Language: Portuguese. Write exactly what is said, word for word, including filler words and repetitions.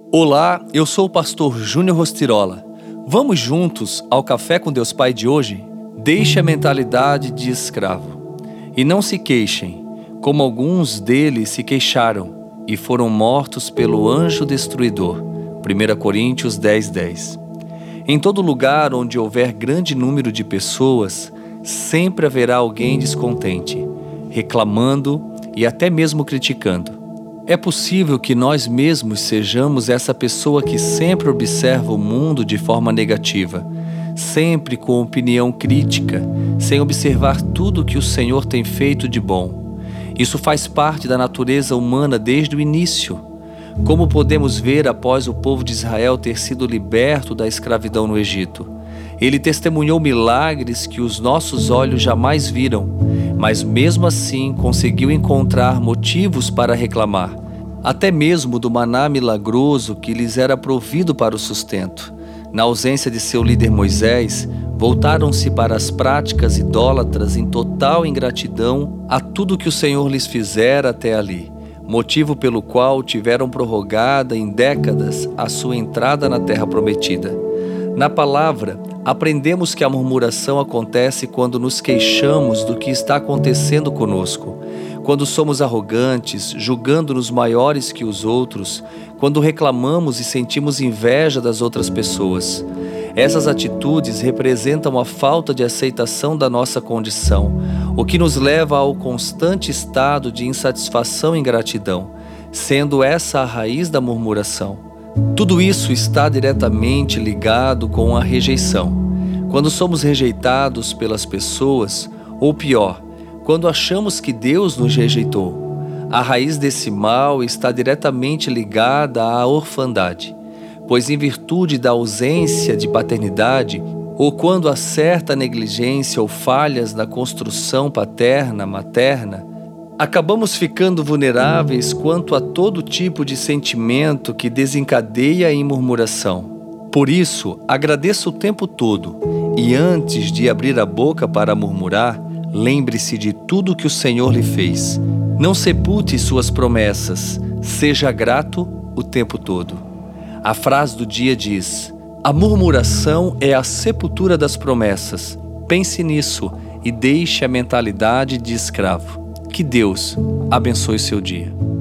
Olá, eu sou o pastor Júnior Rostirola. Vamos juntos ao Café com Deus Pai de hoje? Deixe a mentalidade de escravo. E não se queixem, como alguns deles se queixaram e foram mortos pelo anjo destruidor. primeira Coríntios dez, dez. Em todo lugar onde houver grande número de pessoas, sempre haverá alguém descontente, reclamando e até mesmo criticando. É possível que nós mesmos sejamos essa pessoa que sempre observa o mundo de forma negativa, sempre com opinião crítica, sem observar tudo que o Senhor tem feito de bom. Isso faz parte da natureza humana desde o início. Como podemos ver após o povo de Israel ter sido liberto da escravidão no Egito. Ele testemunhou milagres que os nossos olhos jamais viram, mas mesmo assim conseguiu encontrar motivos para reclamar, até mesmo do maná milagroso que lhes era provido para o sustento. Na ausência de seu líder Moisés, voltaram-se para as práticas idólatras em total ingratidão a tudo que o Senhor lhes fizera até ali, motivo pelo qual tiveram prorrogada em décadas a sua entrada na terra prometida. Na palavra, aprendemos que a murmuração acontece quando nos queixamos do que está acontecendo conosco, quando somos arrogantes, julgando-nos maiores que os outros, quando reclamamos e sentimos inveja das outras pessoas. Essas atitudes representam a falta de aceitação da nossa condição, o que nos leva ao constante estado de insatisfação e ingratidão, sendo essa a raiz da murmuração. Tudo isso está diretamente ligado com a rejeição. Quando somos rejeitados pelas pessoas, ou pior, quando achamos que Deus nos rejeitou, a raiz desse mal está diretamente ligada à orfandade, pois em virtude da ausência de paternidade, ou quando há certa negligência ou falhas na construção paterna, materna, acabamos ficando vulneráveis quanto a todo tipo de sentimento que desencadeia em murmuração. Por isso, agradeça o tempo todo e antes de abrir a boca para murmurar, lembre-se de tudo que o Senhor lhe fez. Não sepulte suas promessas, seja grato o tempo todo. A frase do dia diz: a murmuração é a sepultura das promessas. Pense nisso e deixe a mentalidade de escravo. Que Deus abençoe seu dia.